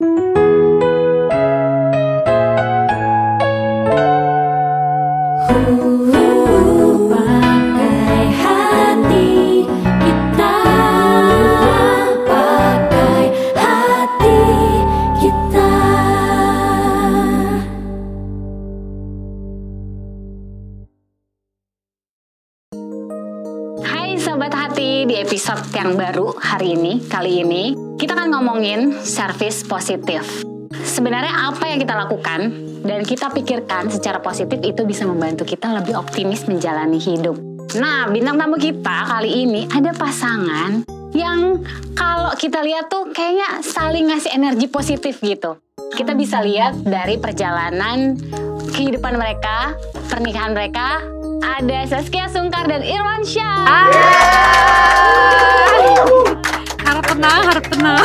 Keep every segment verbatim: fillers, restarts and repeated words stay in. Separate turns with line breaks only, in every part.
Sobat Hati, di episode yang baru hari ini, kali ini kita akan ngomongin service positif. Sebenarnya apa yang kita lakukan dan kita pikirkan secara positif itu bisa membantu kita lebih optimis menjalani hidup. Nah, bintang tamu kita kali ini ada pasangan yang kalau kita lihat tuh kayaknya saling ngasih energi positif gitu. Kita bisa lihat dari perjalanan kehidupan mereka, pernikahan mereka. Ada Saskia Sungkar dan Irwan Syah.
Harap tenang, harap tenang.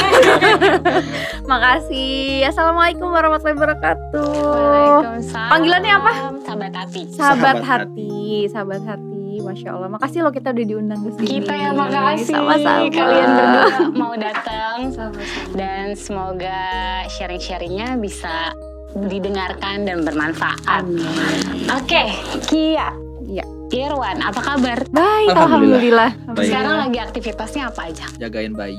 Makasih. Assalamualaikum warahmatullahi wabarakatuh.
Waalaikumsalam.
Panggilannya apa?
Sahabat Hati.
Sahabat,
Sahabat
hati, sahabat hati. Masya Allah. Makasih loh kita udah diundang ke sini.
Kita yang makasih.
Sama-sama.
Kalian berdua mau datang. Dan semoga sharing-sharingnya bisa didengarkan dan bermanfaat. Oke, okay, Kia.
Iya.
Irwan, apa kabar?
Baik, alhamdulillah.
Baik.
Sekarang lagi aktivitasnya apa aja?
Jagain bayi.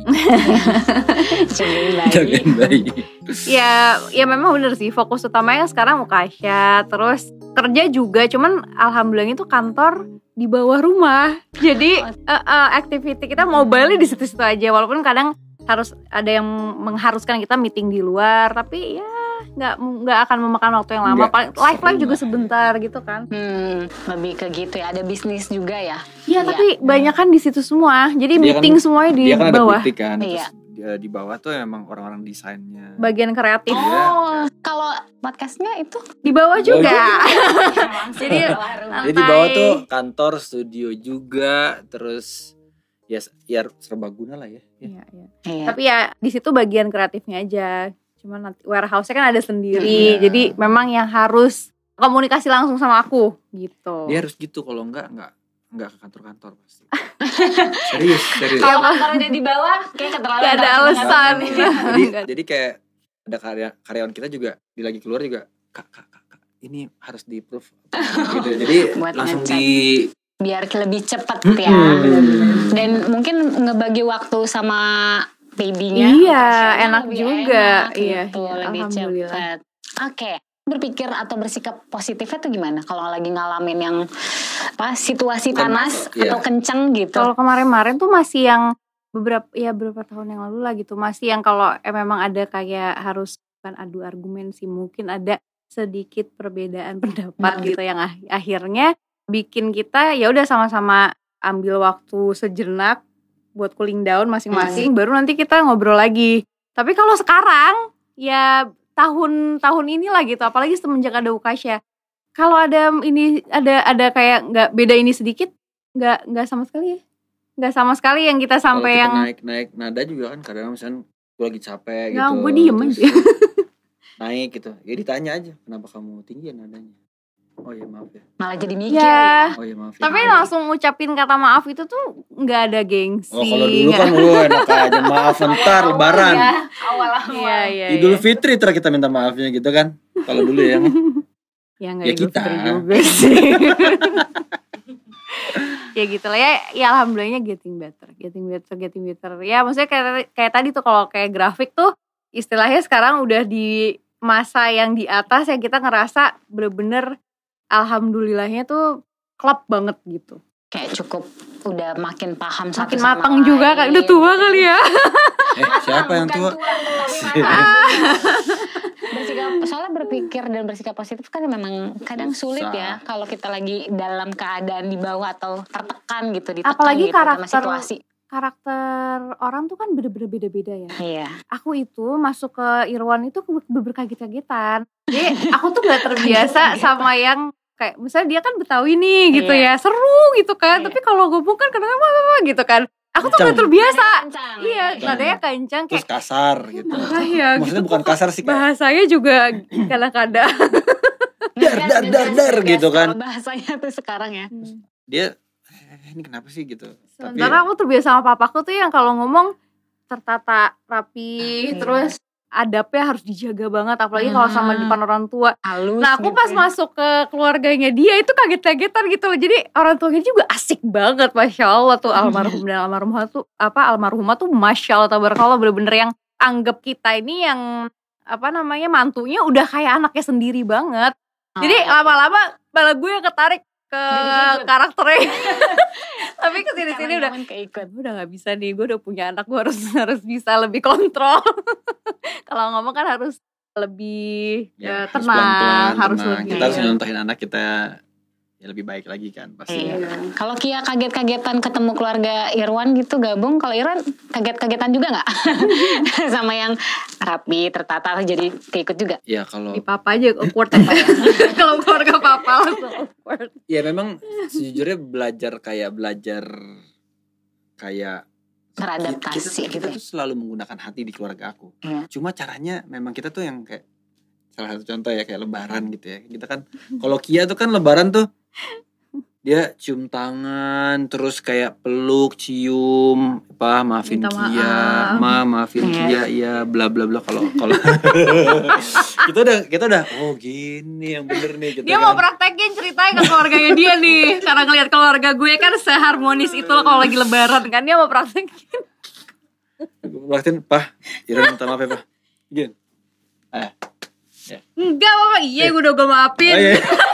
Jagain bayi.
Jagain bayi.
Ya, ya memang bener sih. Fokus utamanya sekarang Mukasya, terus kerja juga. Cuman alhamdulillah itu kantor di bawah rumah. Jadi uh, uh, activity kita mobile di situ-situ aja. Walaupun kadang harus ada yang mengharuskan kita meeting di luar, tapi ya nggak nggak akan memakan waktu yang lama. Paling live live juga sebentar gitu kan.
Hmm, lebih ke gitu ya. Ada bisnis juga ya.
Iya, tapi banyak kan di situ semua. Jadi
Dia
meeting
kan,
semuanya di
dia kan
bawah.
ada butik kan.
Iya.
Terus di bawah tuh emang orang-orang desainnya.
Bagian kreatif.
Oh, kalau podcastnya itu
Di bawah juga. Jadi
Jadi di bawah tuh kantor, studio juga, terus ya, ya serbaguna lah ya.
Iya, iya.
Iya.
Tapi ya di situ bagian kreatifnya aja. Cuman nanti warehouse-nya kan ada sendiri.
Iya.
Jadi memang yang harus komunikasi langsung sama aku gitu.
Dia harus gitu, kalau enggak enggak enggak ke kantor-kantor pasti. serius, serius.
Kalau kantornya di bawah, kayak keterlaluan.
Gak ada alasan.
jadi jadi kayak ada karya, karyawan kita juga di lagi keluar juga kak kak kak, kak ini harus di approve gitu. Jadi
Buat
langsung
ngecek.
di
Biar lebih cepat ya. Dan mungkin ngebagi waktu sama babynya.
Iya,
Passionnya
enak
lebih
juga.
enak
Iya,
gitu,
iya,
lebih
alhamdulillah.
cepat. Oke. Berpikir atau bersikap positifnya tuh gimana kalau lagi ngalamin yang apa situasi panas
Iya.
atau kenceng gitu?
Kalau kemarin-kemarin tuh masih yang beberapa ya beberapa tahun yang lalu lah gitu, masih yang kalau eh, memang ada kayak harus bukan adu argumen sih, mungkin ada sedikit perbedaan pendapat
Hmm.
gitu yang ah- akhirnya bikin kita ya udah sama-sama ambil waktu sejenak buat cooling down masing-masing, baru nanti kita ngobrol lagi. Tapi kalau sekarang ya tahun-tahun inilah gitu, apalagi semenjak ada Ukasya, kalau ada ini ada ada kayak nggak beda ini sedikit, nggak nggak sama sekali ya, nggak sama sekali yang kita
kalau
sampai
kita
yang
naik naik nada juga kan kadang misalnya gue lagi capek
nggak,
gitu.
gue diem
terus
aja.
naik gitu. Ya ditanya aja kenapa kamu tinggi ya nadanya. Oh ya maaf ya.
Malah jadi mikir
Ya.
ya.
Oh ya maaf ya.
Tapi langsung ngucapin kata maaf itu tuh nggak ada gengsi.
Oh kalau dulu
nggak-
kan lu enak aja maaf ntar lebaran.
Ya.
Awal-awal.
Iya iya.
Idul
iya.
Fitri terus kita minta maafnya gitu kan. Kalau dulu ya.
Ya nggak
Ya
Idul
kita.
Fitri juga sih. Ya gitu lah ya, ya alhamdulillahnya getting better, getting better, getting better. Ya maksudnya kayak kayak tadi tuh kalau kayak grafik tuh istilahnya sekarang udah di masa yang di atas yang kita ngerasa bener-bener alhamdulillahnya tuh klop banget gitu.
Kayak cukup udah makin paham satu
Makin
sama
matang
lain.
juga kan, udah tua kali ya.
Eh siapa yang
Bukan
tua?
tapi matang. Bersikap, soalnya berpikir dan bersikap positif kan memang kadang sulit ya kalau kita lagi dalam keadaan di bawah atau tertekan gitu, ditekan
Apalagi
gitu sama
karakter-
situasi.
Karakter orang tuh kan bener-bener beda-beda ya.
Iya.
Aku itu masuk ke Irwan itu bener-bener kaget-kagetan. Jadi aku tuh gak terbiasa sama yang kayak misalnya dia kan Betawi nih gitu
Iya.
ya, seru gitu kan.
Iya.
Tapi kalau ngomong kan kadang-kadang gitu kan. Aku tuh
Kencang.
gak terbiasa.
Kencang,
Iya,
iya.
nadanya kencang
Terus
kayak
kasar gitu.
ah, ya,
Maksudnya
gitu.
bukan kasar sih kayak
Bahasanya juga kadang-kadang.
dar dar dar dar gitu kan.
Kalau bahasanya tuh sekarang ya.
Dia eh, ini kenapa sih gitu. Tapi
Sementara aku terbiasa sama papaku tuh yang kalau ngomong tertata rapi,
Iya.
terus adabnya harus dijaga banget, apalagi kalau sama
Hmm.
depan orang tua.
Halus
Nah aku
gitu
pas
ya.
masuk ke keluarganya dia itu kaget-kagetan gitu loh. Jadi orang tuanya juga asik banget, masya Allah tuh almarhum dan almarhumah tuh apa almarhumah tuh masya Allah tabarakallah, bener-bener yang anggap kita ini yang apa namanya mantunya udah kayak anaknya sendiri banget. Jadi
Oh.
lama-lama malah gue yang ketarik ke
Jadi ikut.
karakternya. Tapi kesini-sini
Karena
udah
nyaman keikut.
gue udah nggak bisa nih, gue udah punya anak, gue harus harus bisa lebih kontrol. Kalau ngomong kan harus lebih
Ya,
eh,
harus
tenang,
pelan-pelan,
harus
tenang.
lebih
Kita harus
Iya.
nyontohin anak kita ya lebih baik lagi kan pasti.
Iya. Kalau Kia kaget-kagetan ketemu keluarga Irwan gitu gabung, kalau Irwan kaget-kagetan juga nggak? Sama yang rapi, tertata jadi keikut juga.
Ya kalau
di papa aja awkward apa ya. Kalau keluarga papa langsung awkward.
ya memang sejujurnya belajar kayak belajar kayak
Beradaptasi
kita, kita,
gitu
kita
ya.
tuh selalu menggunakan hati di keluarga aku.
Iya.
Cuma caranya memang kita tuh yang kayak salah satu contoh ya kayak lebaran gitu ya. Kita kan kalau Kia tuh kan lebaran tuh dia cium tangan terus kayak peluk, cium, apa maafin
Minta
Kia,
maaf.
ma maafin
Iya.
Kia, iya bla bla bla kalau kalau kita udah kita udah oh gini yang bener nih gitu
Dia
kan.
mau praktekin ceritanya ke keluarganya dia nih. Karena ngeliat keluarga gue kan seharmonis itu loh kalau lagi lebaran kan. Dia mau praktekin.
Praktekin, Pah, Ira minta maaf ya, Pah. Gini. Eh.
Enggak apa-apa, iya gue udah gue maafin.
Oh, iya.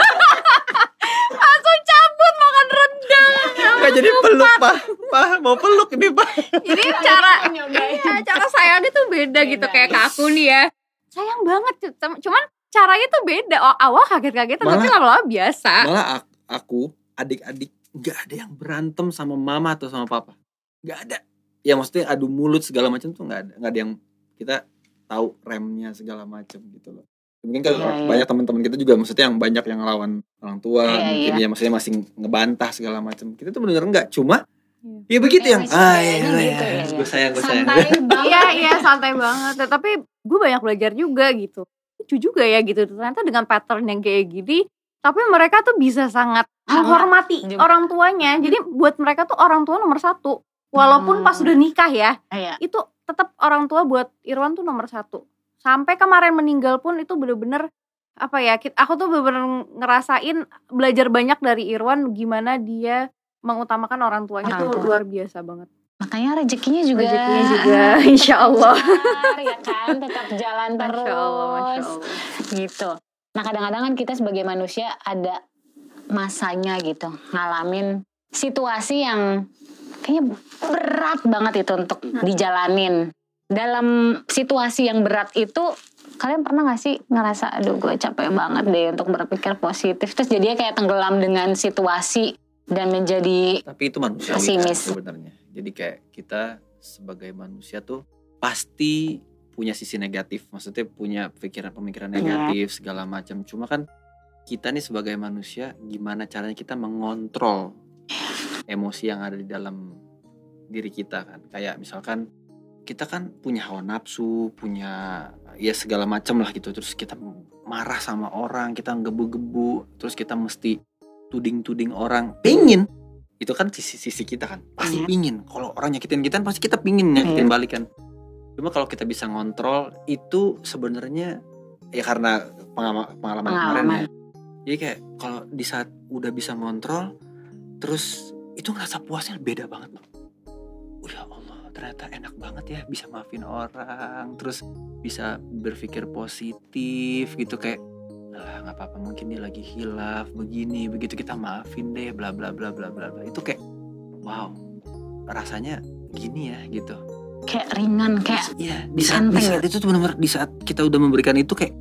Langsung cabut makan rendang.
Enggak jadi peluk, Pah. Pah, mau peluk ini, Pah.
Jadi cara iya, cara sayangnya tuh beda, gitu. Kayak ke aku nih ya, sayang banget. Cum- Cuman caranya tuh beda. Oh, awal kaget-kagetan tapi
Malah-
lama-lama biasa.
Malah ak- aku, adik-adik enggak ada yang berantem sama mama atau sama papa. Enggak ada. Ya maksudnya adu mulut segala macam tuh enggak ada. Enggak ada yang kita tahu remnya segala macam gitu loh. Mungkin kan
Iya, iya.
banyak teman-teman kita juga maksudnya yang banyak yang ngelawan orang tua,
Iya,
mungkin
iya.
ya maksudnya masih ngebantah segala macam. Kita tuh benar-benar enggak, cuma
Iya.
ya begitu yang
Masih
ah
kayaknya
ya,
gitu
ya,
ya,
gue sayang gue sayang.
Santai banget.
Iya iya santai banget. Tapi gue banyak belajar juga gitu. Lucu juga ya gitu. Ternyata dengan pattern yang kayak gini, tapi mereka tuh bisa sangat
Hangat
menghormati
juga.
orang tuanya. Jadi buat mereka tuh orang tua nomor satu. Walaupun
Hmm.
pas udah nikah ya,
Iya.
itu tetap orang tua buat Irwan tuh nomor satu. Sampai kemarin meninggal pun itu bener-bener apa ya? kit- Aku tuh bener-bener ngerasain belajar banyak dari Irwan gimana dia mengutamakan orang tuanya
Orang
tuh
tua.
luar biasa banget.
Makanya rezekinya juga
Rezekinya juga, insya Allah.
lancar, ya kan, tetap jalan terus.
Masya Allah, Masya Allah.
Gitu. Nah kadang-kadang kan kita sebagai manusia ada masanya gitu ngalamin situasi yang kayaknya berat banget itu untuk dijalanin. Dalam situasi yang berat itu kalian pernah gak sih ngerasa aduh gue capek banget deh untuk berpikir positif, terus jadinya kayak tenggelam dengan situasi dan menjadi
Tapi itu manusiawi kan
Pesimis.
sebenarnya. Jadi kayak kita sebagai manusia tuh pasti punya sisi negatif. Maksudnya punya pikiran-pemikiran
Iya.
negatif segala macam. Cuma kan kita nih sebagai manusia gimana caranya kita mengontrol emosi yang ada di dalam diri kita kan. Kayak misalkan kita kan punya hawa nafsu, punya ya segala macam lah gitu. Terus kita marah sama orang, kita gebu-gebu, terus kita mesti tuding-tuding orang. Pingin itu kan sisi-sisi kita kan pasti
Iya.
pingin. Kalau orang nyakitin kita pasti kita pingin nyakitin balik kan. Cuma kalau kita bisa ngontrol itu sebenarnya ya karena pengalaman pengalaman kemarin
Pengalaman.
ya. Jadi kayak kalau di saat udah bisa ngontrol terus itu ngerasa puasnya beda banget loh. Oh ya Allah, ternyata enak banget ya bisa maafin orang, terus bisa berpikir positif gitu kayak lah nggak apa-apa mungkin dia lagi hilaf begini begitu kita maafin deh bla bla bla bla bla bla. Itu kayak wow rasanya gini ya gitu.
kayak ringan, kayak
Iya di saat, di
enteng
saat itu tuh benar-benar di saat kita udah memberikan itu kayak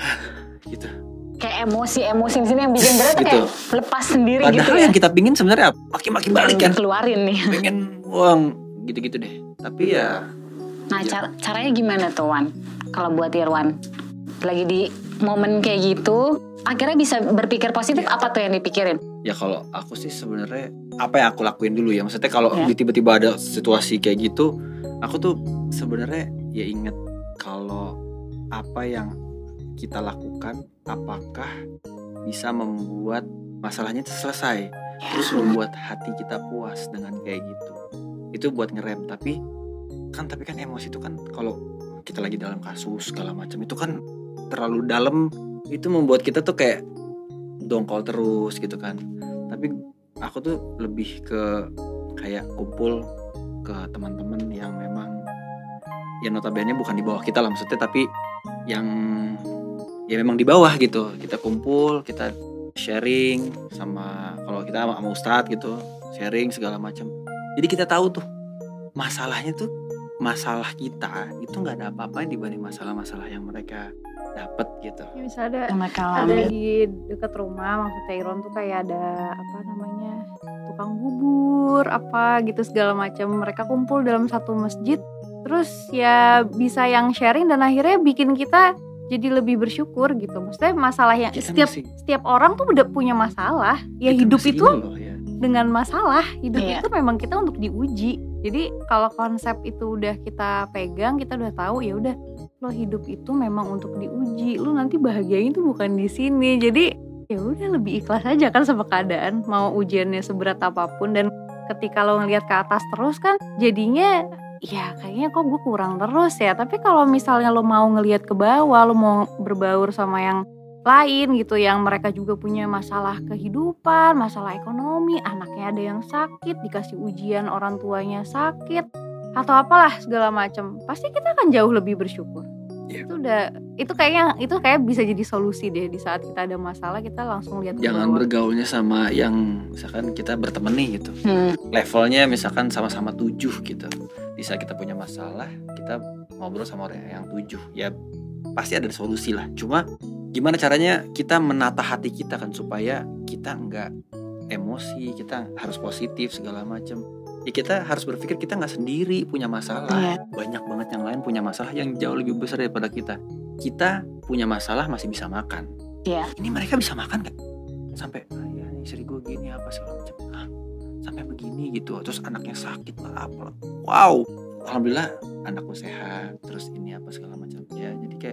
gitu.
kayak emosi-emosi di sini yang bikin berat tuh
Gitu.
kayak lepas sendiri
Padahal
gitu ya.
yang kita pingin sebenarnya makin-makin balik kan.
Keluarin nih.
Pengen uang gitu-gitu deh. Tapi ya
Nah,
Iya.
cara, caranya gimana tuh Wan? Kalau buat Irwan lagi di momen kayak gitu, akhirnya bisa berpikir positif,
Iya.
apa tuh yang dipikirin?
ya kalau aku sih sebenarnya apa yang aku lakuin dulu ya. Maksudnya kalau
Ya.
tiba-tiba ada situasi kayak gitu, aku tuh sebenarnya ya inget kalau apa yang kita lakukan apakah bisa membuat masalahnya itu selesai, terus membuat hati kita puas dengan kayak gitu. Itu buat ngerem. Tapi kan tapi kan emosi itu kan kalau kita lagi dalam kasus segala macam itu kan terlalu dalam, itu membuat kita tuh kayak dongkol terus gitu kan. Tapi aku tuh lebih ke kayak kumpul ke teman-teman yang memang ya notabene bukan di bawah kita lah maksudnya, tapi yang ya memang di bawah gitu. Kita kumpul, kita sharing sama, kalau kita sama ustadz gitu, sharing segala macam. Jadi kita tahu tuh masalahnya tuh, masalah kita itu nggak ada apa-apa dibanding masalah-masalah yang mereka dapat gitu.
Ya, bisa ada
mereka
ada
alami.
di dekat rumah, maksudnya Iron tuh kayak ada apa namanya tukang bubur apa gitu segala macam. Mereka kumpul dalam satu masjid, terus ya bisa yang sharing dan akhirnya bikin kita jadi lebih bersyukur gitu. Maksudnya masalah yang
Kita
setiap
masih-
setiap orang tuh udah punya masalah. Ya
kita
hidup
masih
itu
ini loh, ya.
dengan masalah, hidup
Iya.
itu memang kita untuk diuji. Jadi kalau konsep itu udah kita pegang, kita udah tahu ya udah, lo hidup itu memang untuk diuji. Lo nanti bahagianya itu bukan di sini. Jadi ya udah lebih ikhlas aja kan sama keadaan, mau ujiannya seberat apapun. Dan ketika lo ngelihat ke atas terus kan jadinya ya kayaknya kok gue kurang terus ya. Tapi kalau misalnya lo mau ngelihat ke bawah, lo mau berbaur sama yang lain gitu, yang mereka juga punya masalah kehidupan, masalah ekonomi, anaknya ada yang sakit, dikasih ujian orang tuanya sakit atau apalah segala macam, pasti kita akan jauh lebih bersyukur.
Iya.
Itu udah, itu kayaknya itu kayak bisa jadi solusi deh di saat kita ada masalah, kita langsung lihat ke
Jangan
bawah.
bergaulnya sama yang misalkan kita berteman nih gitu,
Hmm.
levelnya misalkan sama-sama tujuh gitu. Di saat kita punya masalah, kita ngobrol sama orang yang tujuh, ya pasti ada solusi lah. Cuma gimana caranya kita menata hati kita kan supaya kita nggak emosi, kita harus positif segala macam. Ya kita harus berpikir kita nggak sendiri punya masalah.
Iya.
Banyak banget yang lain punya masalah yang jauh lebih besar daripada kita. Kita punya masalah masih bisa makan.
Iya.
Ini mereka bisa makan nggak? Sampai ah, ya nih istri gue gini apa segala macam. Ah, sampai begini gitu. Terus anaknya sakit lah apa. Wow. Alhamdulillah anakku sehat. Terus ini apa segala macam. Ya jadi kayak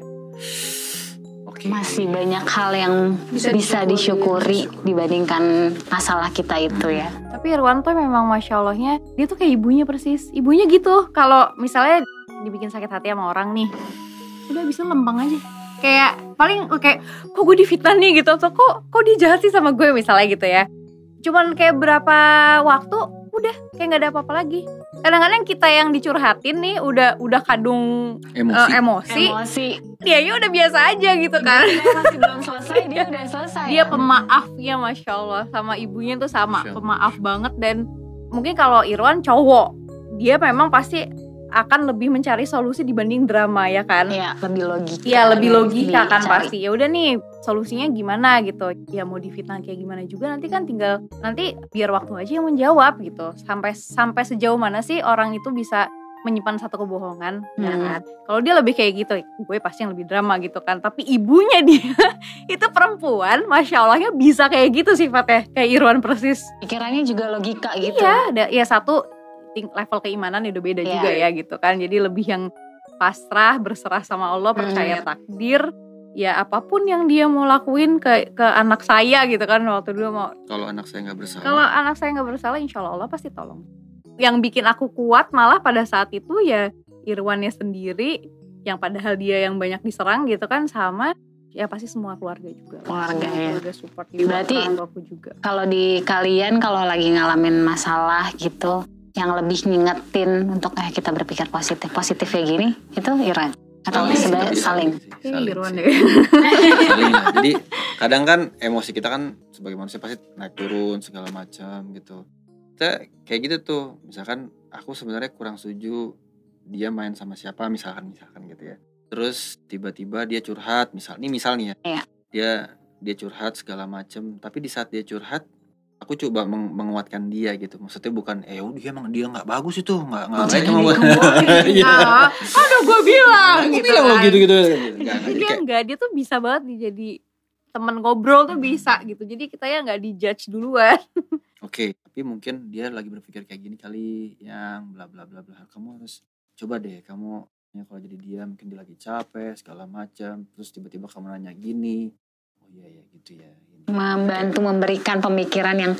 oke.
Masih banyak hal yang
Bisa
bisa, disyukuri dibandingkan masalah kita itu ya.
Tapi Irwan tuh memang Masya Allahnya, dia tuh kayak ibunya persis. Ibunya gitu, kalau misalnya dibikin sakit hati sama orang nih, udah bisa lempeng aja. Kayak paling kayak, kok gue difitnah nih gitu, atau kok, kok dia jahat sih sama gue misalnya gitu ya. Cuman kayak berapa waktu, udah kayak gak ada apa-apa lagi. Kadang-kadang kita yang dicurhatin nih, udah udah kadung
Emosi.
eh, emosi,
Emosi.
dianya udah biasa aja gitu kan.
Dia masih belum selesai, dia udah selesai.
Dia pemaafnya Masya Allah, sama ibunya tuh sama,
Masya Allah.
pemaaf banget. Dan mungkin kalau Irwan cowok, dia memang pasti akan lebih mencari solusi dibanding drama ya kan.
Iya, lebih logika.
Iya, lebih logika kan
Dicari.
pasti. Ya udah nih, solusinya gimana gitu. Ya mau difitnah kayak gimana juga, nanti kan tinggal nanti biar waktu aja yang menjawab gitu. Sampai sampai sejauh mana sih orang itu bisa menyimpan satu kebohongan, ya
Hmm.
kan? Kalau dia lebih kayak gitu, gue pasti yang lebih drama gitu kan. Tapi ibunya dia itu perempuan, Masya Allahnya bisa kayak gitu sifatnya, kayak Irwan persis.
Pikirannya juga logika gitu.
Iya, ada ya satu ting- level keimanan udah beda
Iya.
juga ya gitu kan. Jadi lebih yang pasrah, berserah sama Allah, percaya
Hmm.
takdir. Ya apapun yang dia mau lakuin ke ke anak saya gitu kan, waktu dulu mau.
Kalau anak saya nggak bersalah.
Kalau anak saya nggak bersalah, insya Allah Allah pasti tolong. Yang bikin aku kuat malah pada saat itu ya Irwannya sendiri, yang padahal dia yang banyak diserang gitu kan, sama ya pasti semua keluarga juga.
Keluarga,
Semua
ya.
keluarga support juga.
Berarti-
orang tuaku juga.
Kalau di kalian kalau lagi ngalamin masalah gitu, yang lebih ngingetin untuk eh kita berpikir positif, positif kayak gini, itu Iran atau
Saling,
sebenarnya
tapi
saling.
sih,
Kayak
saling
Irwan
sih.
deh.
Saling lah. Jadi kadang kan emosi kita kan sebagai manusia pasti naik turun segala macam gitu. Kita kayak gitu tuh, misalkan aku sebenarnya kurang setuju dia main sama siapa misalkan misalkan gitu ya. Terus tiba-tiba dia curhat, misal ini misal nih ya.
Iya.
Dia dia curhat segala macam, tapi di saat dia curhat aku coba meng- menguatkan dia gitu. Maksudnya bukan eh oh, dia emang dia nggak bagus itu, nggak nggak baik
Jangan
sama gua.
dikomporin.
Iya.
Ah, aduh gue bilang
Aku
gitu
bilang lo
kan.
gitu-gitu. Enggak, enggak. Jadi
Dia
kayak,
enggak, dia tuh bisa banget nih jadi teman ngobrol tuh bisa gitu. Jadi kita ya nggak dijudge duluan.
oke, tapi mungkin dia lagi berpikir kayak gini kali, yang bla bla bla bla. Kamu harus coba deh, kamu ya kalau jadi dia mungkin dia lagi capek segala macam, terus tiba-tiba kamu nanya gini, oh iya ya gitu ya. Ini.
Membantu memberikan pemikiran yang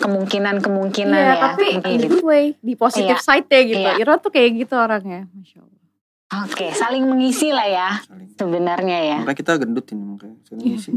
kemungkinan-kemungkinan
Iya,
ya.
tapi
Kayak
in
gitu.
a good way, di positive
Iya.
side-nya gitu.
Iya.
Irwan tuh kayak gitu orangnya, Masya Allah.
Oke, saling mengisi lah ya
Saling.
sebenarnya ya.
Makanya kita gendut ini makanya. Saling isi.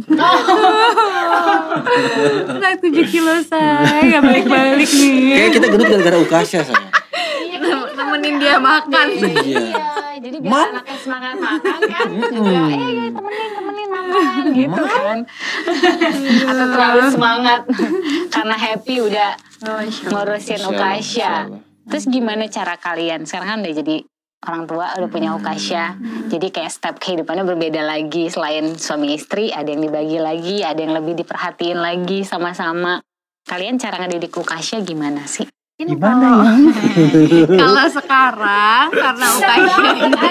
Naik tujuh kilo say, gak balik-balik nih.
Kayak kita gendut gara-gara Ukasha saya.
Nemenin dia makan.
Iya.
Jadi biar
Mam.
anaknya semangat makan kan juga, eh ya, temenin temenin makan gitu kan. Atau terlalu semangat karena happy udah ngurusin Ukasha. Terus gimana cara kalian? Sekarang kan udah jadi orang tua, udah punya Ukasha. Jadi kayak step kehidupannya berbeda lagi. Selain suami istri, ada yang dibagi lagi, ada yang lebih diperhatiin lagi sama-sama. Kalian cara ngedidik Ukasha gimana sih?
Gimana ya?
Kalau sekarang karena Ukasha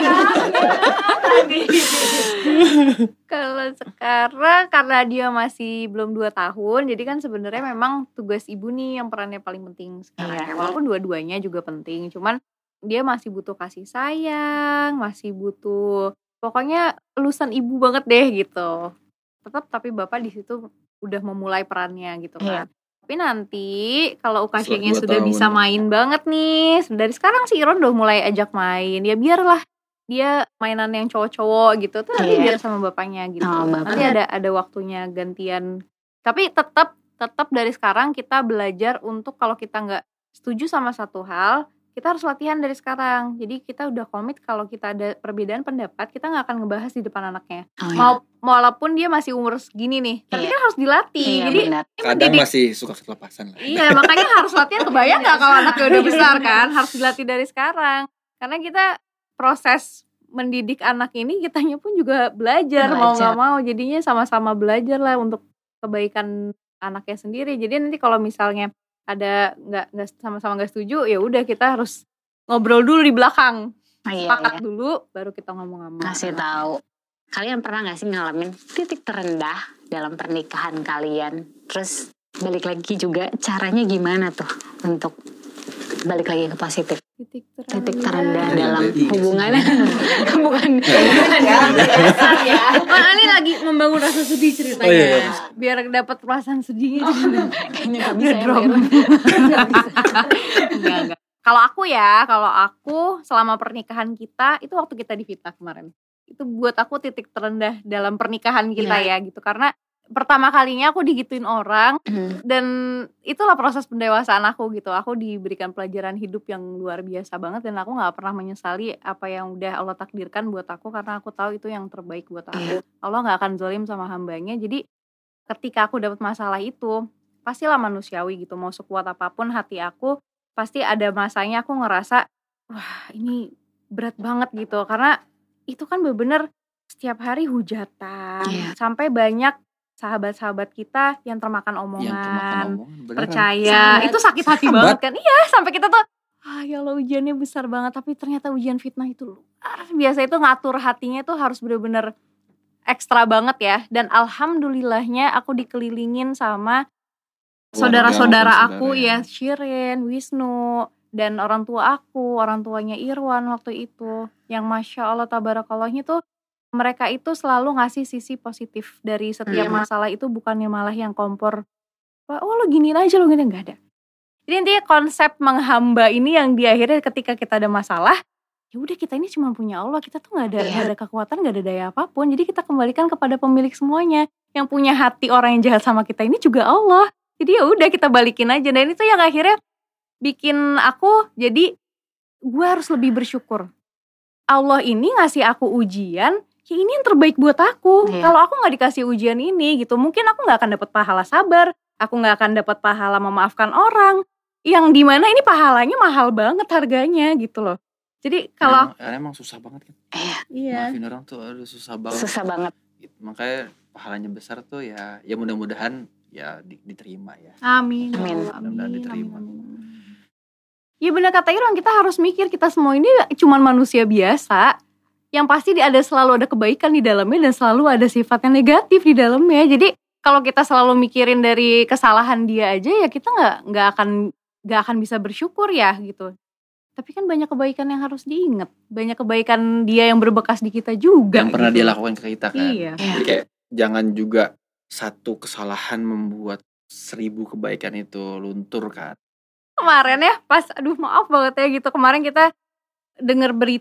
Kalau sekarang karena dia masih belum dua tahun, jadi kan sebenarnya memang tugas ibu nih yang perannya paling penting sekarang.
Iya.
Walaupun dua-duanya juga penting, cuman dia masih butuh kasih sayang, masih butuh pokoknya elusan ibu banget deh gitu. Tetap tapi bapak di situ udah memulai perannya gitu kan.
Iya.
Tapi nanti kalau Ukashanya
Setelah dua
sudah
tahun.
bisa main banget nih, dari sekarang sih Iron udah mulai ajak main. Ya biarlah dia mainan yang cowok-cowok gitu tuh nanti
Iya.
biar sama bapaknya gitu.
Oh, bapak.
Nanti ada ada waktunya gantian. Tapi tetap tetap dari sekarang kita belajar untuk kalau kita nggak setuju sama satu hal, kita harus latihan dari sekarang. Jadi kita udah komit kalau kita ada perbedaan pendapat, kita nggak akan ngebahas di depan anaknya.
Oh, iya.
Mau walaupun dia masih umur segini nih, tapi
Iya.
kan harus dilatih.
Iya,
Jadi
benar.
ini
Kadang
mendidik-
masih suka kelepasan lah.
Iya, makanya harus latihan. Kebayang gak kalau anaknya udah besar kan? Harus dilatih dari sekarang. Karena kita proses mendidik anak ini, kitanya pun juga belajar, mau
Belajar.
gak mau. Jadinya sama-sama belajar lah untuk kebaikan anaknya sendiri. Jadi nanti kalau misalnya ada nggak nggak sama-sama nggak setuju, ya udah kita harus ngobrol dulu di belakang,
Oh, iya,
sepakat
iya.
dulu, baru kita ngomong sama.
Kasih tahu. Kalian pernah nggak sih ngalamin titik terendah dalam pernikahan kalian? Terus balik lagi juga caranya gimana tuh untuk balik lagi ke positif?
Titik terendah.
Titik terendah
Iya,
dalam
tadi.
hubungan bukan hubungan ya. Dasar ya.
Oh, ini lagi membangun rasa sedih ceritanya.
Oh, iya, bagus.
Biar dapat perasaan sedihnya.
Kayaknya nggak bisa ya,
drop.
Mbak Irwan.
Enggak, enggak. Kalau aku ya, kalau aku selama pernikahan kita, itu waktu kita di fitnah kemarin. Itu buat aku titik terendah dalam pernikahan kita
Iya.
ya gitu. Karena pertama kalinya aku digituin orang,
Hmm.
dan itulah proses pendewasaan aku gitu. Aku diberikan pelajaran hidup yang luar biasa banget, dan aku gak pernah menyesali apa yang udah Allah takdirkan buat aku, karena aku tahu itu yang terbaik buat aku.
Iya.
Allah gak akan zalim sama hambanya. Jadi ketika aku dapat masalah itu, pastilah manusiawi gitu. Mau sekuat apapun hati aku, pasti ada masanya aku ngerasa, wah ini berat banget gitu. Karena itu kan bener-bener setiap hari hujatan,
Iya.
sampai banyak sahabat-sahabat kita yang termakan omongan,
Yang termakan omongan, beneran.
percaya.
Sahabat.
Itu sakit hati
Sahabat.
banget kan. Iya, sampai kita tuh, ah ya Allah ujiannya besar banget. Tapi ternyata ujian fitnah itu luar biasa. Itu ngatur hatinya tuh harus bener-bener ekstra banget ya. Dan alhamdulillahnya aku dikelilingin sama
Keluarga
saudara-saudara
maupun
aku
saudara
ya, Shirin, Wisnu, dan orang tua aku, orang tuanya Irwan waktu itu, yang masya Allah tabarakallahnya tuh mereka itu selalu ngasih sisi positif dari setiap
Hmm.
masalah itu, bukannya malah yang kompor, wah oh, lo giniin aja, lo giniin, nggak ada. Jadi intinya konsep menghamba ini yang di akhirnya ketika kita ada masalah, ya udah kita ini cuma punya Allah, kita tuh nggak ada
Iya.
nggak ada kekuatan, nggak ada daya apapun, jadi kita kembalikan kepada pemilik semuanya. Yang punya hati orang yang jahat sama kita ini juga Allah. Jadi ya udah kita balikin aja, dan itu yang akhirnya bikin aku jadi gue harus lebih bersyukur. Allah ini ngasih aku ujian, ya ini yang terbaik buat aku.
Iya.
Kalau aku nggak dikasih ujian ini gitu, mungkin aku nggak akan dapat pahala sabar, aku nggak akan dapat pahala memaafkan orang. Yang dimana ini pahalanya mahal banget harganya gitu loh. Jadi kalau
Emang, emang susah banget kan.
iya,
Maafin orang tuh aduh susah banget.
Susah banget.
Gitu. Makanya pahalanya besar tuh ya, ya mudah-mudahan ya di- diterima ya.
amin,
Amin.
amin,
Mudah-mudahan
amin,
diterima.
amin. Ya benar kata Irwan, kita harus mikir kita semua ini cuman manusia biasa. Yang pasti di- ada selalu ada kebaikan di dalamnya, dan selalu ada sifat yang negatif di dalamnya. Jadi kalau kita selalu mikirin dari kesalahan dia aja, ya kita nggak nggak akan nggak akan bisa bersyukur ya gitu. Tapi kan banyak kebaikan yang harus diingat, banyak kebaikan dia yang berbekas di kita juga.
Yang pernah
gitu.
dia lakukan ke kita kan.
Iya.
Jadi kayak jangan juga satu kesalahan membuat seribu kebaikan itu luntur kan.
Kemarin ya pas, aduh maaf banget ya gitu, kemarin kita dengar berita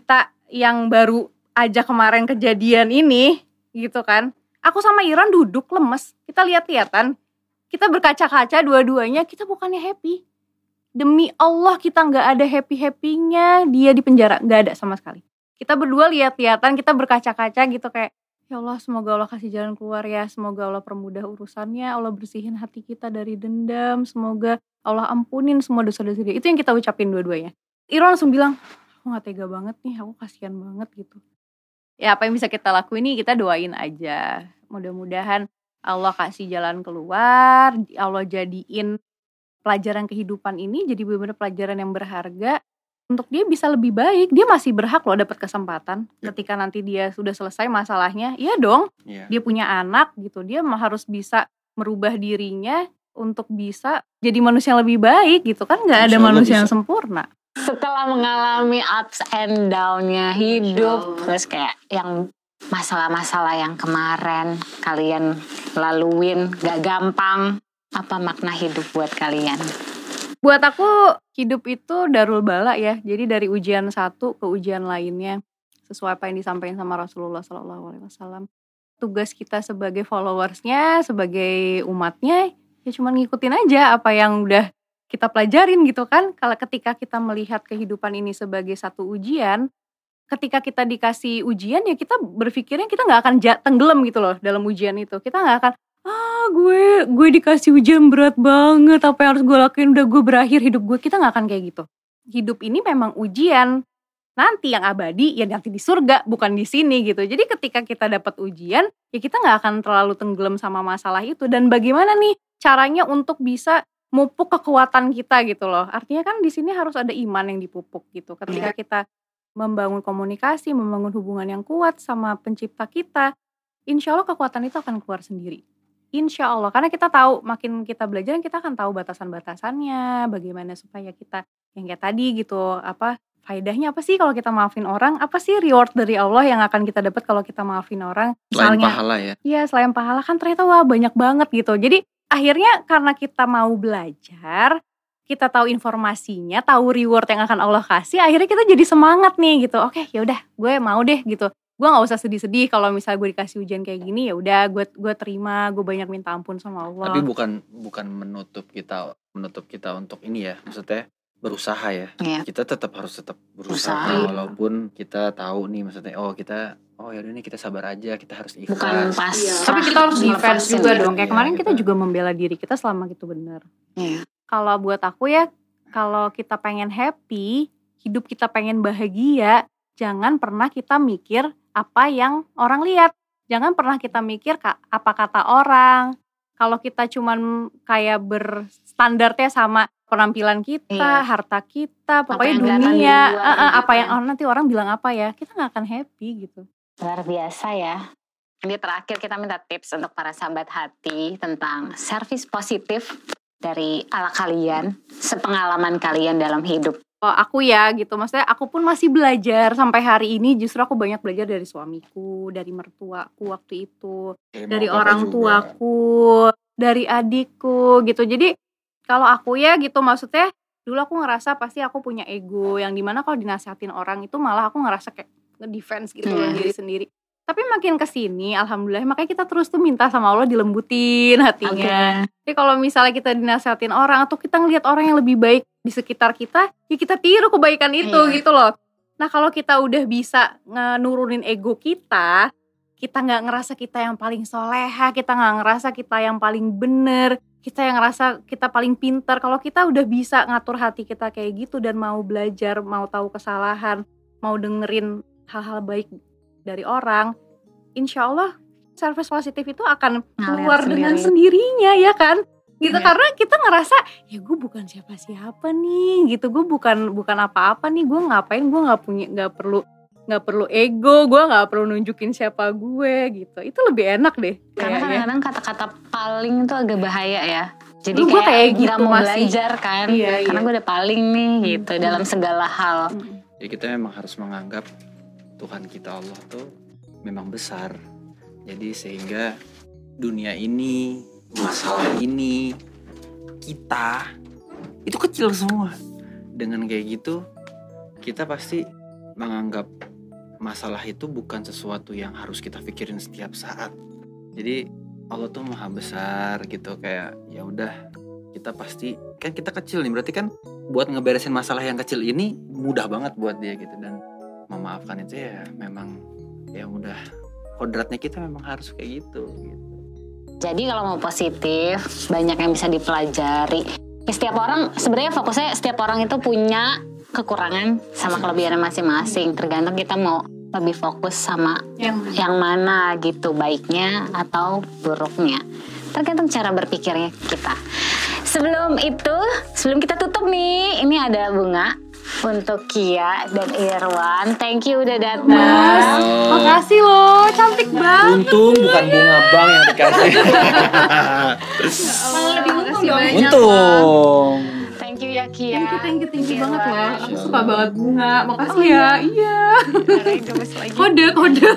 yang baru aja kemarin kejadian ini gitu kan. Aku sama Iran duduk lemes, kita lihat-lihatan, kita berkaca-kaca dua-duanya, kita bukannya happy. Demi Allah kita nggak ada happy-happynya dia di penjara, nggak ada sama sekali. Kita berdua lihat-lihatan, kita berkaca-kaca gitu kayak, ya Allah semoga Allah kasih jalan keluar ya, semoga Allah permudah urusannya, Allah bersihin hati kita dari dendam, semoga Allah ampunin semua dosa-dosa dia. Itu yang kita ucapin dua-duanya. Iran langsung bilang, aku gak tega banget nih, aku kasihan banget gitu. Ya apa yang bisa kita lakuin nih, kita doain aja. Mudah-mudahan Allah kasih jalan keluar, Allah jadiin pelajaran kehidupan ini jadi benar-benar pelajaran yang berharga untuk dia bisa lebih baik. Dia masih berhak loh dapat kesempatan ya. Ketika nanti dia sudah selesai masalahnya, iya dong, ya. Dia punya anak gitu, dia harus bisa merubah dirinya untuk bisa jadi manusia yang lebih baik gitu kan. Gak ada manusia bisa. Yang sempurna.
Setelah mengalami ups and down-nya hidup, terus kayak yang masalah-masalah yang kemarin kalian laluin gak gampang, apa makna hidup buat kalian?
Buat aku hidup itu darul bala ya. Jadi dari ujian satu ke ujian lainnya, sesuai apa yang disampaikan sama Rasulullah shallallahu alaihi wasallam. Tugas kita sebagai followersnya, sebagai umatnya, ya cuma ngikutin aja apa yang udah kita pelajarin gitu kan. Kalau ketika kita melihat kehidupan ini sebagai satu ujian, ketika kita dikasih ujian ya kita berpikirnya kita nggak akan tenggelam gitu loh dalam ujian itu. Kita nggak akan ah gue gue dikasih ujian berat banget, apa yang harus gue lakuin, udah gue berakhir hidup gue. Kita nggak akan kayak gitu. Hidup ini memang ujian. Nanti yang abadi ya nanti di surga, bukan di sini gitu. Jadi ketika kita dapat ujian ya kita nggak akan terlalu tenggelam sama masalah itu. Dan bagaimana nih caranya untuk bisa mupuk kekuatan kita gitu loh. Artinya kan di sini harus ada iman yang dipupuk gitu. Ketika kita membangun komunikasi, membangun hubungan yang kuat sama pencipta kita, insya Allah kekuatan itu akan keluar sendiri. Insya Allah, karena kita tahu makin kita belajar kita akan tahu batasan-batasannya, bagaimana supaya kita yang kayak tadi gitu, apa faedahnya apa sih kalau kita maafin orang, apa sih reward dari Allah yang akan kita dapat kalau kita maafin orang.
Selain misalnya, pahala ya.
Iya, selain pahala kan ternyata wah banyak banget gitu. Jadi akhirnya karena kita mau belajar, kita tahu informasinya, tahu reward yang akan Allah kasih, akhirnya kita jadi semangat nih gitu. Oke, ya udah, gue mau deh gitu. Gue nggak usah sedih-sedih kalau misalnya gue dikasih ujian kayak gini, ya udah gue gue terima, gue banyak minta ampun sama Allah.
Tapi bukan bukan menutup kita menutup kita untuk ini ya, maksudnya berusaha ya. Yeah. Kita tetap harus tetap berusaha Usaha. Walaupun kita tahu nih maksudnya oh kita oh ya udah nih kita sabar aja, kita harus ikhlas.
Bukan pas.
Iya. Tapi kita harus defense juga dong. Kayak ya, kemarin kita. kita juga membela diri kita selama itu benar.
Iya.
Kalau buat aku ya, kalau kita pengen happy, hidup kita pengen bahagia, jangan pernah kita mikir apa yang orang lihat. Jangan pernah kita mikir apa kata orang. Kalau kita cuman kayak berstandarnya sama penampilan kita, iya. harta kita, pokoknya dunia, uh, uh, gitu apa yang oh, nanti orang bilang apa ya, kita gak akan happy gitu.
Luar biasa ya. Ini terakhir kita minta tips untuk para sahabat hati tentang servis positif dari ala kalian, sepengalaman kalian dalam hidup.
Oh, aku ya gitu, maksudnya aku pun masih belajar sampai hari ini. Justru aku banyak belajar dari suamiku, dari mertuaku waktu itu, eh, dari orang juga. tuaku, dari adikku gitu. Jadi kalau aku ya gitu, maksudnya dulu aku ngerasa pasti aku punya ego yang dimana kalau dinasihatin orang itu malah aku ngerasa kayak nge-defense gitu hmm. diri sendiri. Tapi makin kesini, alhamdulillah, makanya kita terus tuh minta sama Allah dilembutin hatinya. Okay. Jadi kalau misalnya kita dinasehatin orang atau kita ngelihat orang yang lebih baik di sekitar kita, ya kita tiru kebaikan itu yeah. gitu loh. Nah kalau kita udah bisa nurunin ego kita, kita nggak ngerasa kita yang paling soleha, kita nggak ngerasa kita yang paling bener, kita yang ngerasa kita paling pintar. Kalau kita udah bisa ngatur hati kita kayak gitu dan mau belajar, mau tahu kesalahan, mau dengerin hal-hal baik dari orang, insya Allah service positif itu akan keluar dengan sendirinya ya kan, gitu ya. Karena kita ngerasa ya gue bukan siapa-siapa nih, gitu gue bukan bukan apa-apa nih, gue ngapain, gue nggak punya nggak perlu nggak perlu ego, gue nggak perlu nunjukin siapa gue gitu, itu lebih enak deh.
Karena kadang-kadang kata-kata paling itu agak bahaya ya. Jadi
gue kayak gitu
mau belajar kan, iya, karena iya. gue udah paling nih gitu hmm. dalam segala hal.
Ya kita memang harus menganggap Tuhan kita Allah tuh memang besar. Jadi sehingga dunia ini, masalah ini, kita itu kecil semua. Dengan kayak gitu kita pasti menganggap masalah itu bukan sesuatu yang harus kita pikirin setiap saat. Jadi Allah tuh maha besar gitu, kayak ya udah kita pasti kan kita kecil nih, berarti kan buat ngeberesin masalah yang kecil ini mudah banget buat dia gitu, dan memaafkan itu ya memang ya udah kodratnya kita memang harus kayak gitu gitu.
Jadi kalau mau positif, banyak yang bisa dipelajari. Ya, setiap orang sebenarnya fokusnya setiap orang itu punya kekurangan sama kelebihannya masing-masing. Tergantung kita mau lebih fokus sama
Yang mana?
yang mana gitu, baiknya atau buruknya. Tergantung cara berpikirnya kita. Sebelum itu, sebelum kita tutup nih, ini ada bunga untuk Kia dan Irwan. Thank you udah datang.
Mas, makasih loh, cantik banget.
Untung bukan bunga bank yang dikasih.
Malah lebih untung dong.
Untung.
Thank you ya Kia.
Thank you, thank you, thank you
Irwan.
banget loh. Aku suka banget bunga. Makasih ya. Iya.
Gemes lagi.
Kode, kode.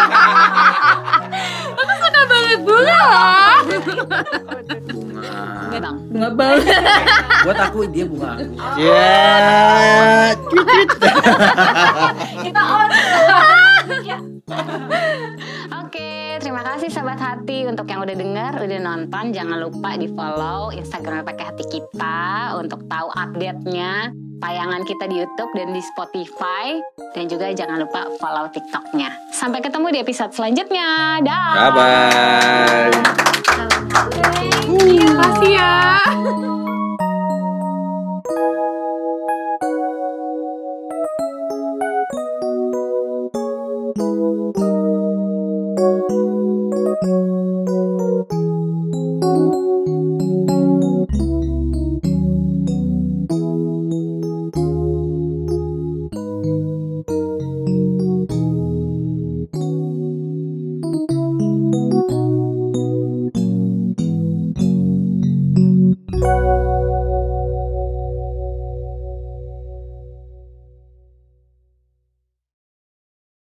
Aku suka banget bunga loh.
Bunga.
Bunga dong.
Bunga banget.
Buat aku dia bunga. Ya.
Kita on.
Oke, terima kasih sahabat hati untuk yang udah denger, udah nonton. Jangan lupa di follow Instagram Pakai Hati kita untuk tahu update-nya, tayangan kita di YouTube dan di Spotify. Dan juga jangan lupa follow TikTok-nya. Sampai ketemu di episode selanjutnya. Dah.
Bye bye.
Terima kasih ya.